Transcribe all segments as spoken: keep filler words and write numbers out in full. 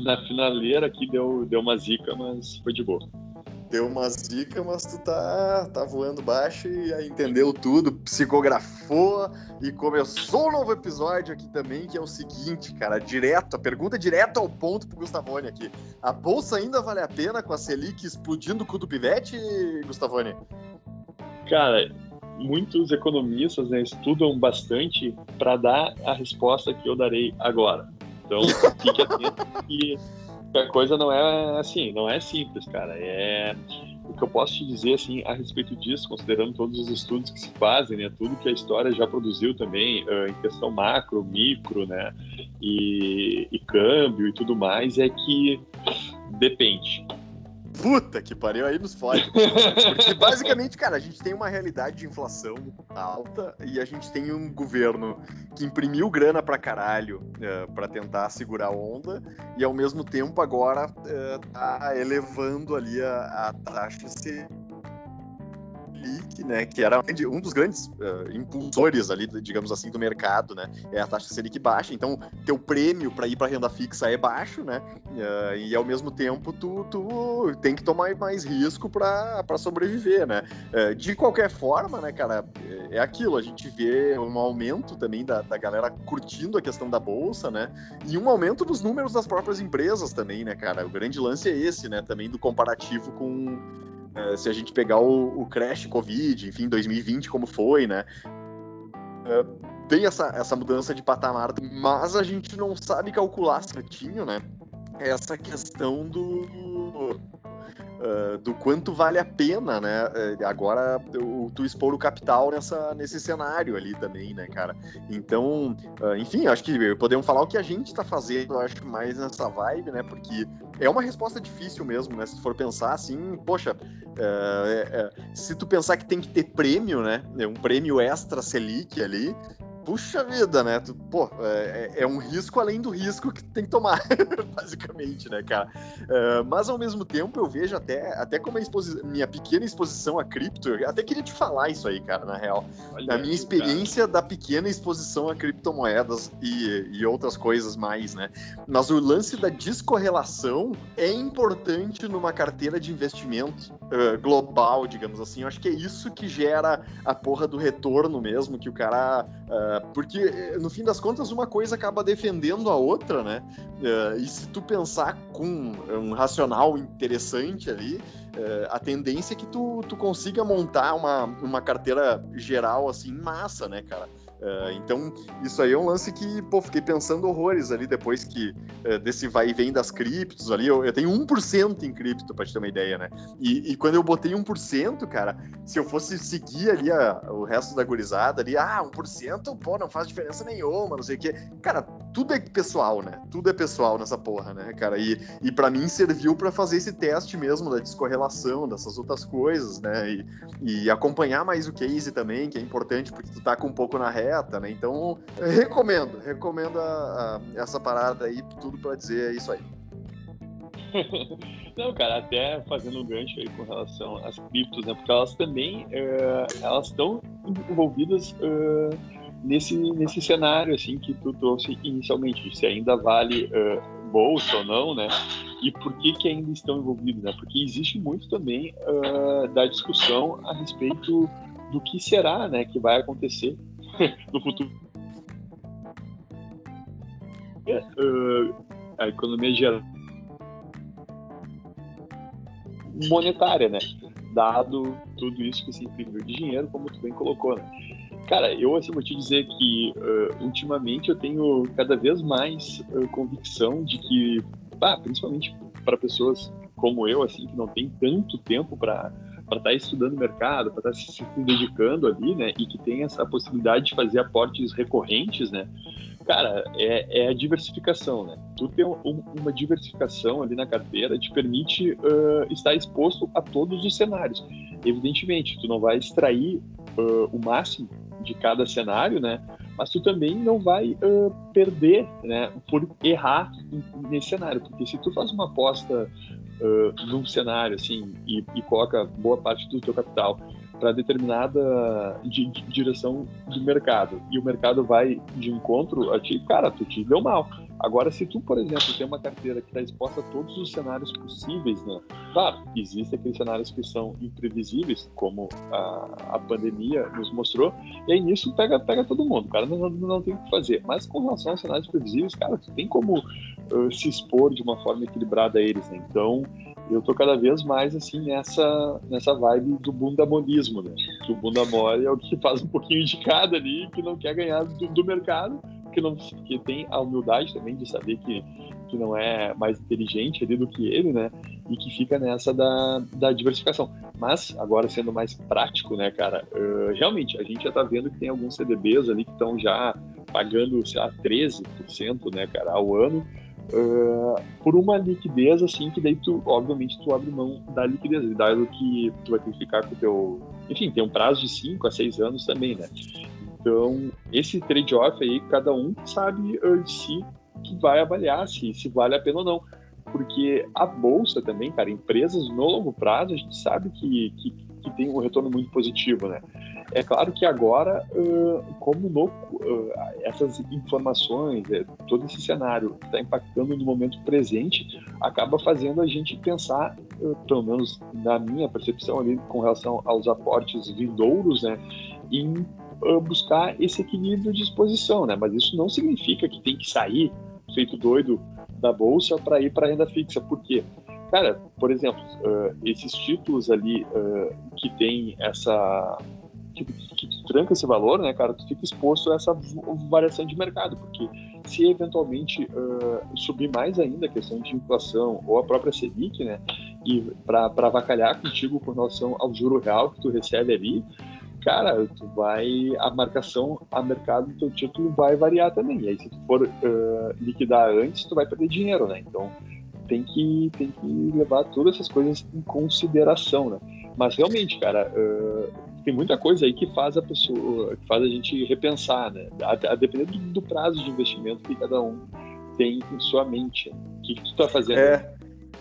na finaleira aqui deu, deu uma zica, mas foi de boa. Deu uma zica, mas tu tá, tá voando baixo e aí entendeu tudo, psicografou e começou um novo episódio aqui também, que é o seguinte, cara, direto, a pergunta direto ao ponto pro Gustavone aqui. A bolsa ainda vale a pena com a Selic explodindo o cu do pivete, Gustavone? Cara, muitos economistas, né, estudam bastante para dar a resposta que eu darei agora. Então, fique atento que a coisa não é assim, não é simples, cara. É o que eu posso te dizer assim a respeito disso, considerando todos os estudos que se fazem, né, tudo que a história já produziu também, uh, em questão macro, micro, né, e, e câmbio e tudo mais, é que depende. Puta que pariu, aí nos fode. Porque basicamente, cara, a gente tem uma realidade de inflação alta e a gente tem um governo que imprimiu grana pra caralho uh, pra tentar segurar a onda e ao mesmo tempo agora uh, tá elevando ali a, a taxa Selic, né, que era um dos grandes uh, impulsores ali, digamos assim, do mercado, né, é a taxa Selic baixa, então teu prêmio para ir para renda fixa é baixo, né, uh, e ao mesmo tempo tu, tu tem que tomar mais risco para sobreviver, né, uh, de qualquer forma, né, cara, é aquilo, a gente vê um aumento também da, da galera curtindo a questão da bolsa, né, e um aumento dos números das próprias empresas também, né, cara, o grande lance é esse, né, também do comparativo com Uh, se a gente pegar o, o crash Covid, enfim, dois mil e vinte, como foi, né? Uh, tem essa, essa mudança de patamar, mas a gente não sabe calcular certinho, né? Essa questão do... Uh, do quanto vale a pena, né? Uh, agora, tu, tu expor o capital nessa, nesse cenário ali também, né, cara? Então, uh, enfim, acho que podemos falar o que a gente tá fazendo, eu acho, mais nessa vibe, né? Porque é uma resposta difícil mesmo, né? Se tu for pensar assim, poxa, uh, uh, se tu pensar que tem que ter prêmio, né? Um prêmio extra Selic ali, puxa vida, né? Tu, pô, é, é um risco além do risco que tu tem que tomar, basicamente, né, cara? Uh, mas, ao mesmo tempo, eu vejo até, até como a exposi- minha pequena exposição a cripto, eu até queria te falar isso aí, cara, na real. Olha na minha aí, experiência cara. da pequena exposição a criptomoedas e, e outras coisas mais, né? Mas o lance da descorrelação é importante numa carteira de investimento uh, global, digamos assim. Eu acho que é isso que gera a porra do retorno mesmo, que o cara... Uh, porque, no fim das contas, uma coisa acaba defendendo a outra, né? Uh, e se tu pensar com um racional interessante ali, uh, a tendência é que tu, tu consiga montar uma, uma carteira geral, assim, massa, né, cara? Uh, então, isso aí é um lance que, pô, fiquei pensando horrores ali depois que uh, desse vai e vem das criptos ali. Eu, eu tenho um por cento em cripto, pra te ter uma ideia, né? E, e quando eu botei um por cento, cara, se eu fosse seguir ali a, o resto da gurizada ali, ah, um por cento, pô, não faz diferença nenhuma, não sei o quê. Cara, tudo é pessoal, né? Tudo é pessoal nessa porra, né, cara? E, e pra mim serviu pra fazer esse teste mesmo da descorrelação, dessas outras coisas, né? E, e acompanhar mais o case também, que é importante, porque tu tá com um pouco na reta, né? Então, recomendo, recomendo a, a, essa parada aí, tudo pra dizer isso aí. Não, cara, até fazendo um gancho aí com relação às criptos, né? Porque elas também, uh, elas estão envolvidas uh, nesse, nesse cenário, assim, que tu trouxe inicialmente, se ainda vale uh, bolsa ou não, né? E por que que ainda estão envolvidos, né? Porque existe muito também uh, da discussão a respeito do que será, né, que vai acontecer no futuro. Uh, a economia geral monetária, né? Dado tudo isso que se imprimiu de dinheiro, como tu bem colocou, né? Cara, eu assim vou te dizer que uh, ultimamente eu tenho cada vez mais uh, convicção de que, ah, principalmente para pessoas como eu, assim, que não tem tanto tempo para para estar tá estudando o mercado, para estar tá se, se dedicando ali, né, e que tem essa possibilidade de fazer aportes recorrentes, né, cara, é, é a diversificação, né, tu ter um, uma diversificação ali na carteira te permite uh, estar exposto a todos os cenários. Evidentemente, tu não vai extrair uh, o máximo de cada cenário, né, mas tu também não vai uh, perder, né, por errar nesse cenário, porque se tu faz uma aposta Uh, num cenário assim e, e coloca boa parte do teu capital para determinada de, de direção do mercado e o mercado vai de encontro a ti, cara, tu te deu mal. Agora, se tu, por exemplo, tem uma carteira que está exposta a todos os cenários possíveis, né? Claro, existem aqueles cenários que são imprevisíveis, como a, a pandemia nos mostrou, e aí nisso pega, pega todo mundo, cara, não, não tem o que fazer. Mas com relação aos cenários previsíveis, cara, tu tem como uh, se expor de uma forma equilibrada a eles, né? Então, eu tô cada vez mais, assim, nessa, nessa vibe do bundamolismo, né? Que o bunda mole é o que faz um pouquinho de cada ali, que não quer ganhar do, do mercado, que, não, que tem a humildade também de saber que, que não é mais inteligente ali do que ele, né? E que fica nessa da, da diversificação. Mas, agora sendo mais prático, né, cara? Uh, realmente, a gente já tá vendo que tem alguns C D Bs ali que estão já pagando, sei lá, treze por cento, né, cara, ao ano, uh, por uma liquidez, assim, que daí tu, obviamente, tu abre mão da liquidez, dado que tu vai ter que ficar com o teu... Enfim, tem um prazo de cinco a seis anos também, né? Então, esse trade-off aí, cada um sabe uh, de si que vai avaliar se, se vale a pena ou não. Porque a bolsa também, cara, empresas no longo prazo, a gente sabe que, que, que tem um retorno muito positivo, né? É claro que agora, uh, como no, uh, essas informações, uh, todo esse cenário está impactando no momento presente, acaba fazendo a gente pensar, uh, pelo menos na minha percepção ali, com relação aos aportes vindouros, né, em buscar esse equilíbrio de exposição, né? Mas isso não significa que tem que sair feito doido da bolsa para ir para a renda fixa. Por quê? Cara, por exemplo, uh, esses títulos ali uh, que tem essa... Que, que tu tranca esse valor, né, cara? Tu fica exposto a essa variação de mercado, porque se eventualmente uh, subir mais ainda a questão de inflação ou a própria Selic, né, e para avacalhar contigo com relação ao juro real que tu recebe ali, cara, tu vai, a marcação a mercado do teu título vai variar também. E aí, se tu for uh, liquidar antes, tu vai perder dinheiro, né? Então, tem que, tem que levar todas essas coisas em consideração, né? Mas, realmente, cara, uh, tem muita coisa aí que faz a pessoa, que faz a gente repensar, né? A, a depender do, do prazo de investimento que cada um tem em sua mente. O que, que tu tá fazendo? É.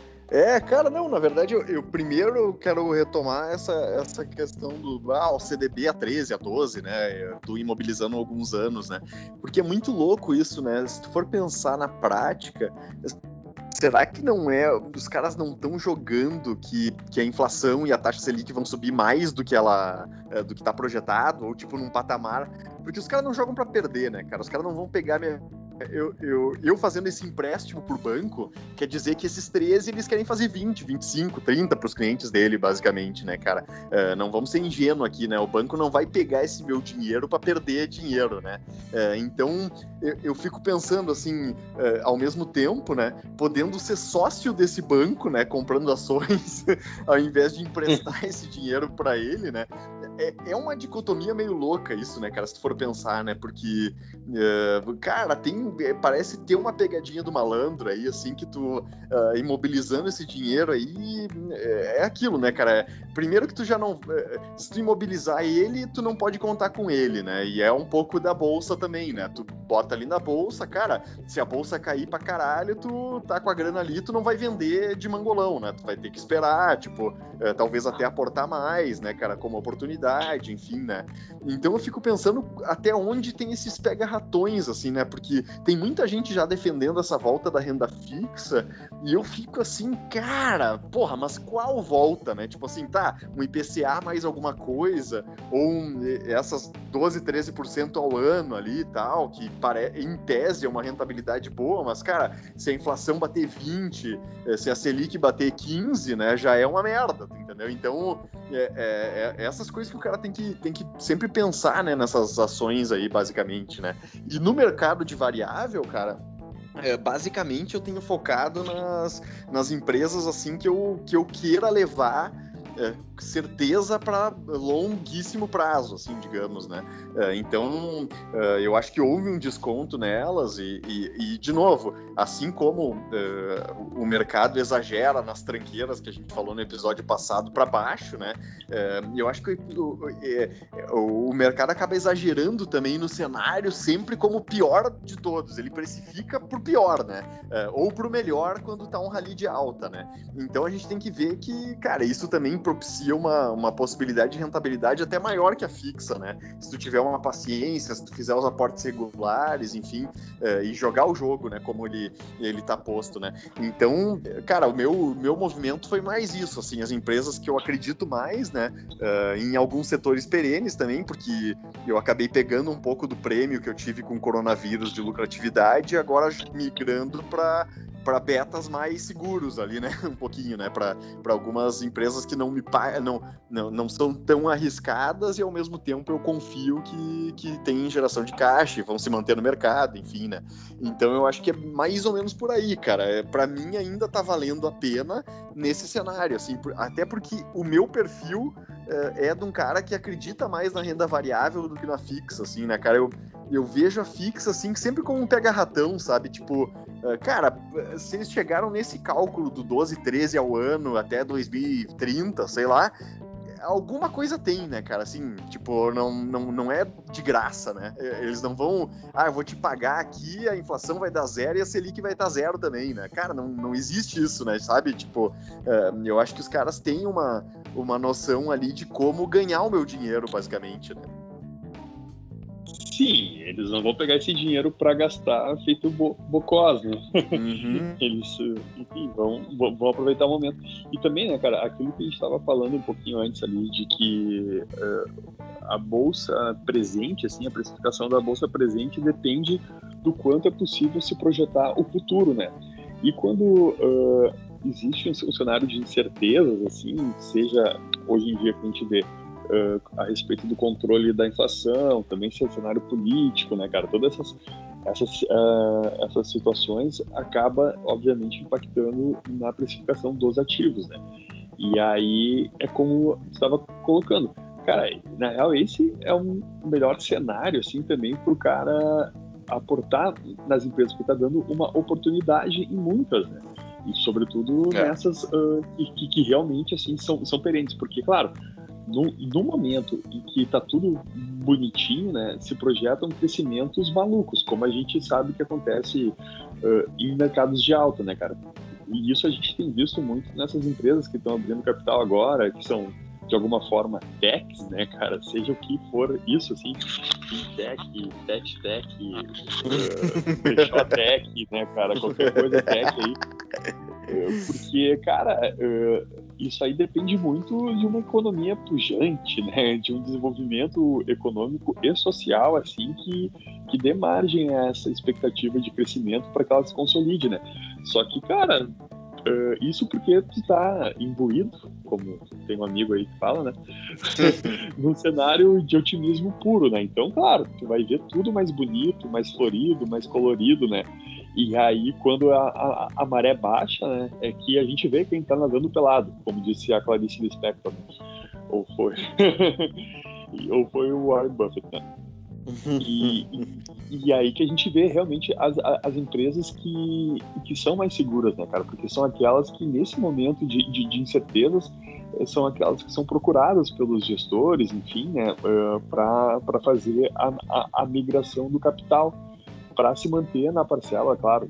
É, cara, não, na verdade, eu, eu primeiro quero retomar essa, essa questão do ah, o C D B a treze, a doze, né, eu tô imobilizando há alguns anos, né, porque é muito louco isso, né, se tu for pensar na prática, será que não é, os caras não estão jogando que, que a inflação e a taxa Selic vão subir mais do que ela, do que tá projetado, ou tipo num patamar, porque os caras não jogam pra perder, né, cara, os caras não vão pegar minha... Eu, eu, eu fazendo esse empréstimo por banco, quer dizer que esses treze eles querem fazer vinte, vinte e cinco, trinta para os clientes dele, basicamente, né, cara? Uh, não vamos ser ingênuos aqui, né? O banco não vai pegar esse meu dinheiro para perder dinheiro, né? Uh, então, eu, eu fico pensando, assim, uh, ao mesmo tempo, né, podendo ser sócio desse banco, né, comprando ações, ao invés de emprestar esse dinheiro para ele, né? É, é uma dicotomia meio louca isso, né, cara, se tu for pensar, né? Porque, uh, cara, tem parece ter uma pegadinha do malandro aí, assim, que tu, uh, imobilizando esse dinheiro aí, é aquilo, né, cara? Primeiro que tu já não... Se tu imobilizar ele, tu não pode contar com ele, né? E é um pouco da bolsa também, né? Tu bota ali na bolsa, cara, se a bolsa cair pra caralho, tu tá com a grana ali, tu não vai vender de mangolão, né? Tu vai ter que esperar, tipo, uh, talvez até aportar mais, né, cara? Como oportunidade, enfim, né? Então eu fico pensando até onde tem esses pega-ratões, assim, né? Porque tem muita gente já defendendo essa volta da renda fixa e eu fico assim, cara, porra, mas qual volta, né? Tipo assim, tá, um I P C A mais alguma coisa, ou um, essas doze, treze por cento ao ano ali e tal, que pare... em tese é uma rentabilidade boa, mas, cara, se a inflação bater vinte, se a Selic bater quinze, né, já é uma merda, entendeu? Então, é, é, é essas coisas que o cara tem que, tem que sempre pensar, né, nessas ações aí, basicamente, né? E no mercado de variável, cara, é, basicamente eu tenho focado nas, nas empresas assim que eu, que eu queira levar é, certeza para longuíssimo prazo, assim, digamos, né? É, então, é, eu acho que houve um desconto nelas e, e, e de novo, assim como é, o mercado exagera nas tranqueiras que a gente falou no episódio passado para baixo, né? É, eu acho que o, o, o mercado acaba exagerando também no cenário sempre como o pior de todos. Ele precifica pro pior, né? É, ou pro melhor quando tá um rally de alta, né? Então a gente tem que ver que, cara, isso também propicia uma, uma possibilidade de rentabilidade até maior que a fixa, né? Se tu tiver uma paciência, se tu fizer os aportes regulares, enfim, uh, e jogar o jogo, né? Como ele, ele tá posto, né? Então, cara, o meu, meu movimento foi mais isso, assim, as empresas que eu acredito mais, né? Uh, em alguns setores perenes também, porque eu acabei pegando um pouco do prêmio que eu tive com o coronavírus de lucratividade e agora migrando para para betas mais seguros ali, né? Um pouquinho, né? Para algumas empresas que não me não, não, não são tão arriscadas e ao mesmo tempo eu confio que, que tem geração de caixa e vão se manter no mercado, enfim, né? Então eu acho que é mais ou menos por aí, cara. Para mim ainda tá valendo a pena nesse cenário, assim, até porque o meu perfil é, é de um cara que acredita mais na renda variável do que na fixa, assim, né, cara? Eu, eu vejo a fixa, assim, sempre como um pega-ratão, sabe? Tipo, cara, se eles chegaram nesse cálculo do doze, treze ao ano até dois mil e trinta, sei lá, alguma coisa tem, né, cara? Assim, tipo, não, não, não é de graça, né? Eles não vão, ah, eu vou te pagar aqui, a inflação vai dar zero e a Selic vai dar zero também, né? Cara, não, não existe isso, né? Sabe? Tipo, eu acho que os caras têm uma, uma noção ali de como ganhar o meu dinheiro, basicamente, né? Sim, eles não vão pegar esse dinheiro para gastar feito bo bocós, né? Uhum. Eles, enfim, vão, vão aproveitar o momento. E também, né, cara, aquilo que a gente estava falando um pouquinho antes ali, de que uh, a bolsa presente, assim, a precificação da bolsa presente depende do quanto é possível se projetar o futuro, né? E quando uh, existe um cenário de incertezas, assim, seja hoje em dia que a gente vê Uh, a respeito do controle da inflação, também cenário político, né, cara? Todas essas, essas, uh, essas situações acaba, obviamente, impactando na precificação dos ativos, né? E aí é como você estava colocando. Cara, na real, esse é um melhor cenário, assim, também para o cara aportar nas empresas, que está dando uma oportunidade em muitas, né? E, sobretudo, é. nessas uh, que, que realmente, assim, são, são perentes. Porque, claro, No, no momento em que está tudo bonitinho, né, se projetam crescimentos malucos, como a gente sabe que acontece uh, em mercados de alta, né, cara? E isso a gente tem visto muito nessas empresas que estão abrindo capital agora, que são, de alguma forma, techs, né, cara? Seja o que for isso, assim, fintech, tech-tech, uh, shotech, né, cara? Qualquer coisa tech aí. Uh, porque, cara... Uh, isso aí depende muito de uma economia pujante, né? De um desenvolvimento econômico e social, assim, que, que dê margem a essa expectativa de crescimento para que ela se consolide, né? Só que, cara, uh, isso porque tu tá imbuído, como tem um amigo aí que fala, né? Num cenário de otimismo puro, né? Então, claro, tu vai ver tudo mais bonito, mais florido, mais colorido, né? E aí, quando a, a, a maré baixa, né, é que a gente vê quem tá nadando pelado, como disse a Clarice Lispector, ou foi, ou foi o Warren Buffett, né? E, e, e aí que a gente vê realmente as, as empresas que, que são mais seguras, né, cara? Porque são aquelas que, nesse momento de, de, de incertezas, são aquelas que são procuradas pelos gestores, enfim, né, para fazer a, a, a migração do capital, para se manter na parcela, claro,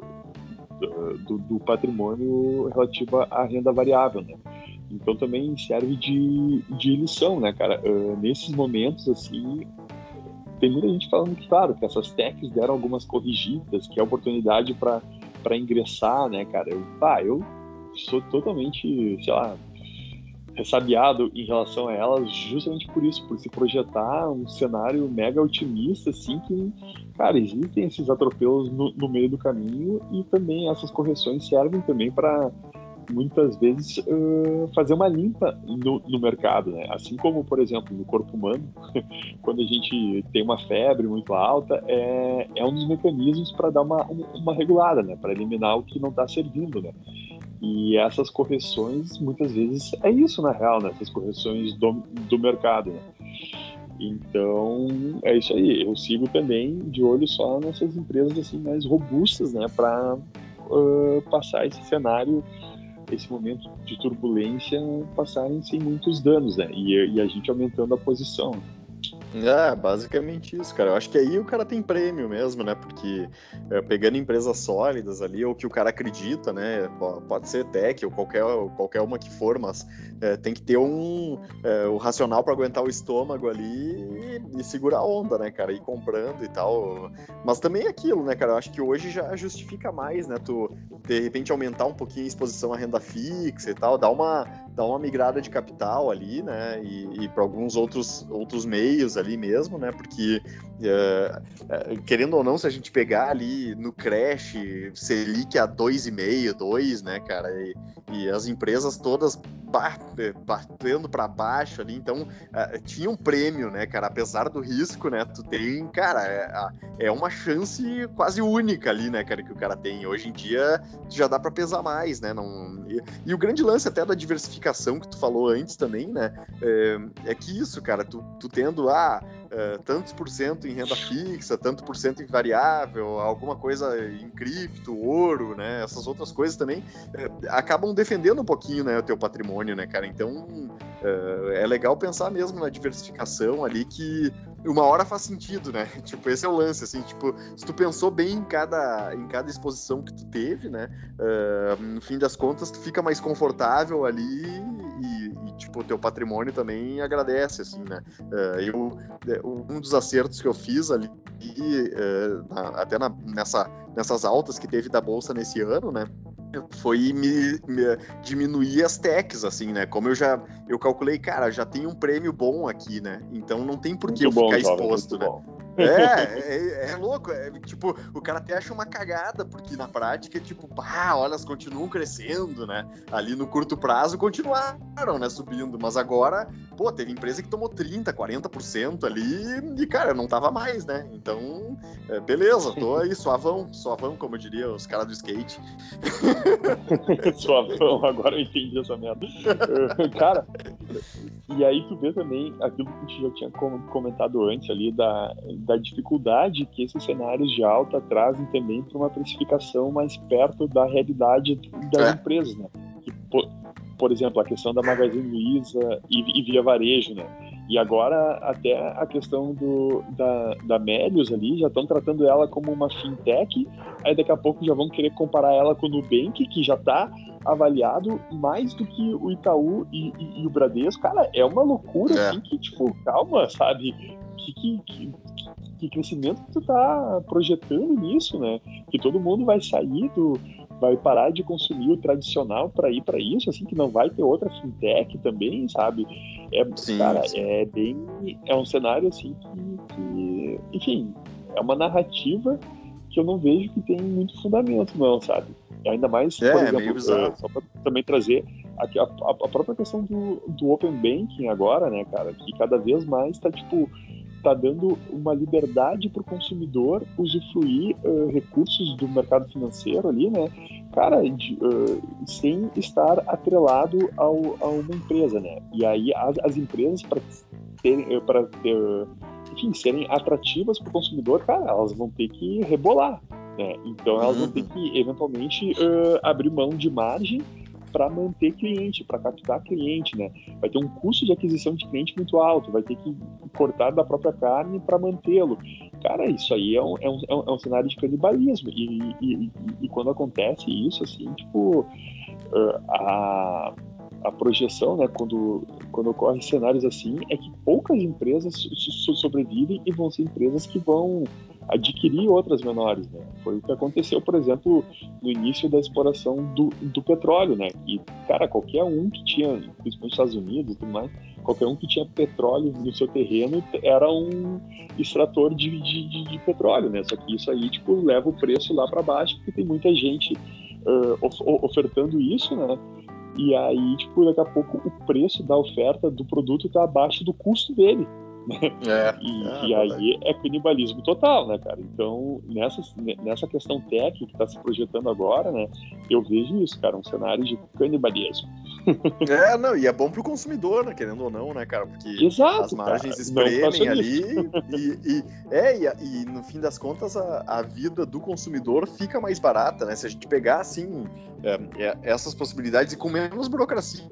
do, do, do patrimônio relativo à renda variável, né? Então também serve de, de lição, né, cara? Uh, nesses momentos, assim, tem muita gente falando que, claro, que essas techs deram algumas corrigidas, que é oportunidade para ingressar, né, cara? Eu, pá, eu sou totalmente, sei lá, ressabiado em relação a elas, justamente por isso, por se projetar um cenário mega otimista, assim, que, cara, existem esses atropelos no, no meio do caminho, e também essas correções servem também para, muitas vezes, uh, fazer uma limpa no, no mercado, né? Assim como, por exemplo, no corpo humano, quando a gente tem uma febre muito alta, é, é um dos mecanismos para dar uma, uma regulada, né? Para eliminar o que não está servindo, né? E essas correções, muitas vezes, é isso, na real, né? Essas correções do, do mercado, né? Então, é isso aí. Eu sigo também de olho só nessas empresas, assim, mais robustas, né? Para uh, passar esse cenário, esse momento de turbulência, passarem sem muitos danos, né? E, e a gente aumentando a posição. É, basicamente isso, cara. Eu acho que aí o cara tem prêmio mesmo, né? Porque é, pegando empresas sólidas ali, ou que o cara acredita, né? Pode ser tech ou qualquer, qualquer uma que for, mas é, tem que ter um é, o racional para aguentar o estômago ali e, e segurar a onda, né, cara? Ir comprando e tal. Mas também é aquilo, né, cara? Eu acho que hoje já justifica mais, né? Tu, de repente, aumentar um pouquinho a exposição à renda fixa e tal, dar uma, dar uma migrada de capital ali, né? E, e para alguns outros, outros meios ali mesmo, né? Porque, uh, uh, querendo ou não, se a gente pegar ali no Crash, Selic a dois vírgula cinco, dois, né, cara? E, e as empresas todas batendo para baixo ali, então uh, tinha um prêmio, né, cara? Apesar do risco, né? Tu tem, cara, é, é uma chance quase única ali, né, cara, que o cara tem. Hoje em dia já dá para pesar mais, né? Não... E, e o grande lance até da diversificação que tu falou antes também, né? É, é que isso, cara, tu, tu tendo ah, uh, tantos por cento em renda fixa, tanto por cento em variável, alguma coisa em cripto, ouro, né? Essas outras coisas também uh, acabam defendendo um pouquinho, né, o teu patrimônio, né, cara? Então uh, é legal pensar mesmo na diversificação ali, que uma hora faz sentido, né? Tipo, esse é o lance, assim, tipo, se tu pensou bem em cada, em cada exposição que tu teve, né? Uh, no fim das contas, tu fica mais confortável ali e, e tipo, o teu patrimônio também agradece, assim, né? Uh, eu, um dos acertos que eu fiz ali, uh, na, até na, nessa, nessas altas que teve da Bolsa nesse ano, né? Foi me, me diminuir as techs, assim, né? Como eu já eu calculei, cara, já tem um prêmio bom aqui, né? Então não tem por que eu bom, ficar jovem, exposto, né? Bom. É, é, é louco, é, tipo, o cara até acha uma cagada, porque na prática, tipo, pá, olha, elas continuam crescendo, né? Ali no curto prazo continuaram, né, subindo, mas agora, pô, teve empresa que tomou trinta, quarenta por cento ali e, cara, não tava mais, né? Então, é, beleza, tô aí, suavão, suavão, como eu diria os caras do skate. Suavão, agora eu entendi essa merda. Cara, e aí tu vê também aquilo que a gente já tinha comentado antes ali, da, da dificuldade que esses cenários de alta trazem também para uma precificação mais perto da realidade das é. empresas, né? Que, por, por exemplo, a questão da Magazine Luiza e, e Via Varejo, né? E agora até a questão do, da, da Melius ali, já estão tratando ela como uma fintech, aí daqui a pouco já vão querer comparar ela com o Nubank, que já está avaliado mais do que o Itaú e, e, e o Bradesco. Cara, é uma loucura, é. assim, que, tipo, calma, sabe? Que, que, que, que crescimento que tu tá projetando nisso, né? Que todo mundo vai sair do... vai parar de consumir o tradicional para ir para isso, assim, que não vai ter outra fintech também, sabe? É, sim, cara, sim. é bem... é um cenário, assim, que, que... enfim, é uma narrativa que eu não vejo que tem muito fundamento, não, sabe? Ainda mais, é, por exemplo, uh, só para também trazer a, a, a própria questão do, do Open Banking agora, né, cara? Que cada vez mais tá, tipo, tá dando uma liberdade para o consumidor usufruir uh, recursos do mercado financeiro ali, né? Cara, de, uh, sem estar atrelado ao, a uma empresa, né? E aí as, as empresas, para terem, para ter, enfim, serem atrativas para o consumidor, cara, elas vão ter que rebolar, né? Então elas vão ter que, eventualmente, uh, abrir mão de margem para manter cliente, para captar cliente, né? Vai ter um custo de aquisição de cliente muito alto, vai ter que cortar da própria carne para mantê-lo. Cara, isso aí é um, é um, é um cenário de canibalismo. E, e, e, e quando acontece isso, assim, tipo, a, a projeção, né, quando, quando ocorrem cenários assim, é que poucas empresas sobrevivem e vão ser empresas que vão adquirir outras menores, né? Foi o que aconteceu, por exemplo, no início da exploração do, do petróleo, né? E, cara, qualquer um que tinha, principalmente nos Estados Unidos e tudo mais, qualquer um que tinha petróleo no seu terreno era um extrator de, de, de petróleo, né? Só que isso aí, tipo, leva o preço lá para baixo, porque tem muita gente uh, of, ofertando isso, né? E aí, tipo, daqui a pouco o preço da oferta do produto tá abaixo do custo dele. É, e, é, e aí é canibalismo total, né, cara? Então, nessa, nessa questão tech que está se projetando agora, né, eu vejo isso, cara, um cenário de canibalismo. É, não, e é bom pro consumidor, né, querendo ou não, né, cara? Porque exato, as margens cara, espremem ali e, e, é, e, e no fim das contas a, a vida do consumidor fica mais barata, né? Se a gente pegar, assim, é, é, essas possibilidades e com menos burocracia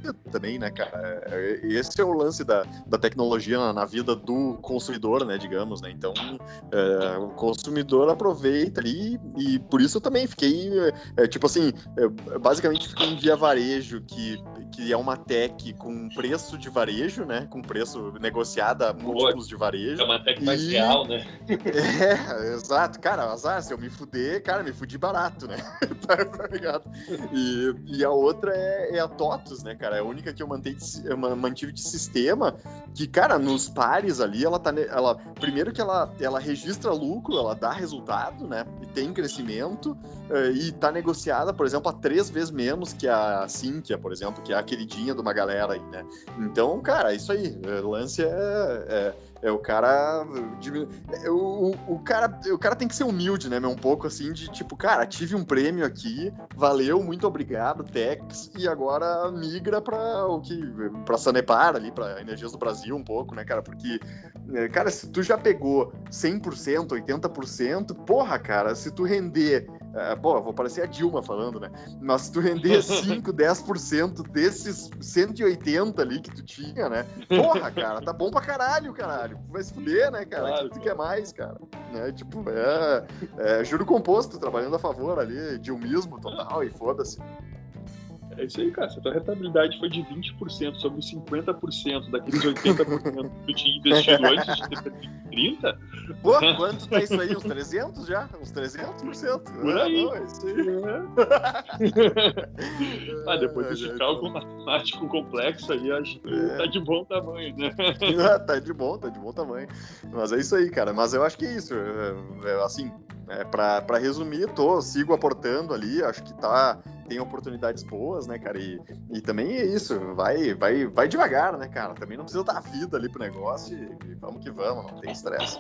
vida também, né, cara? Esse é o lance da, da tecnologia na, na vida do consumidor, né, digamos, né? Então, é, o consumidor aproveita ali e por isso eu também fiquei, é, tipo assim, é, basicamente fiquei em Via Varejo, que, que é uma tech com preço de varejo, né? Com preço negociado a múltiplos de varejo. É uma tech mais e... real, né? É, exato. Cara, azar, se eu me fuder, cara, me fudi barato, né? Tá ligado? E, e a outra é, é a TOTUS, né, cara? É a única que eu mantive de, eu mantive de sistema que, cara, nos pares ali, ela tá... Ela, primeiro que ela, ela registra lucro, ela dá resultado, né? E tem crescimento e tá negociada, por exemplo, a três vezes menos que a Sinqia, por exemplo, que é a queridinha de uma galera aí, né? Então, cara, isso aí. O lance é... é É o cara, o, o, cara. O cara tem que ser humilde, né? Um pouco assim, de tipo, cara, tive um prêmio aqui, valeu, muito obrigado, Tex, e agora migra pra o que. Pra Sanepar ali, pra Energias do Brasil um pouco, né, cara? Porque, cara, se tu já pegou cem por cento, oitenta por cento, porra, cara, se tu render. Uh, pô, vou parecer a Dilma falando, né? Mas se tu render cinco, dez por cento desses cento e oitenta ali que tu tinha, né? Porra, cara, tá bom pra caralho, caralho. Vai se fuder, né, cara? Claro, o que tu quer mais, cara? Né? Tipo, é, é juro composto, trabalhando a favor ali, dilmismo total e foda-se. É isso aí, cara. Se a tua rentabilidade foi de vinte por cento sobre cinquenta por cento daqueles oitenta por cento que tu tinha investido antes de ter perdido trinta por cento... Pô, quanto tá isso aí? Uns trezentos já? Uns trezentos por cento? Por aí. Ah, não, é isso aí. Ah, depois desse cálculo matemático complexo aí, acho que é. Tá de bom tamanho, né? Tá de bom, tá de bom tamanho. Mas é isso aí, cara. Mas eu acho que é isso. É, assim, é, pra, pra resumir, tô, sigo aportando ali, acho que tá... tem oportunidades boas, né, cara, e, e também é isso, vai, vai, vai devagar, né, cara, também não precisa dar vida ali pro negócio e, e vamos que vamos, não tem estresse.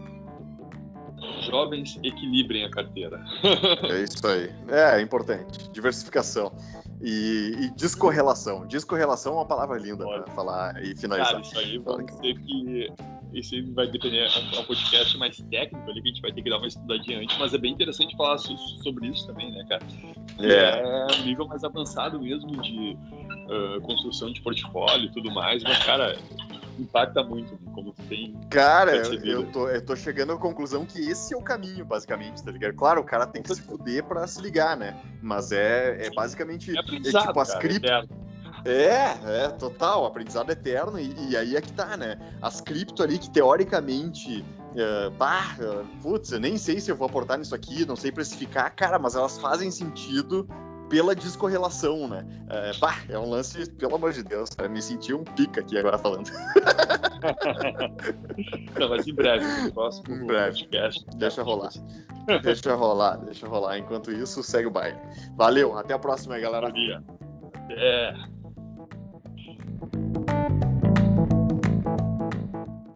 Jovens, equilibrem a carteira. É isso aí, é, é importante, diversificação e, e descorrelação, descorrelação é uma palavra linda pra falar e finalizar. Cara, isso aí vai ser que... Isso aí vai depender, é um podcast mais técnico ali, que a gente vai ter que dar uma estudadinha antes, mas é bem interessante falar sobre isso também, né, cara? É, é um nível mais avançado mesmo de uh, construção de portfólio e tudo mais, mas, cara, impacta muito, como tu tem... Cara, eu tô, eu tô chegando à conclusão que esse é o caminho, basicamente, tá ligado? Claro, o cara tem que se fuder pra se ligar, né? Mas é, é basicamente... É é tipo as cripto... É, é, total, aprendizado eterno, e, e aí é que tá, né? As cripto ali que teoricamente, uh, bah, uh, putz, eu nem sei se eu vou aportar nisso aqui, não sei precificar, cara, mas elas fazem sentido pela descorrelação, né? Uh, bah, é um lance, pelo amor de Deus, cara, me senti um pica aqui agora falando. Não, mas em breve, no próximo em breve. podcast. Deixa rolar. Deixa rolar, deixa rolar. Enquanto isso, segue o baile. Valeu, até a próxima aí, galera. Bom dia. É...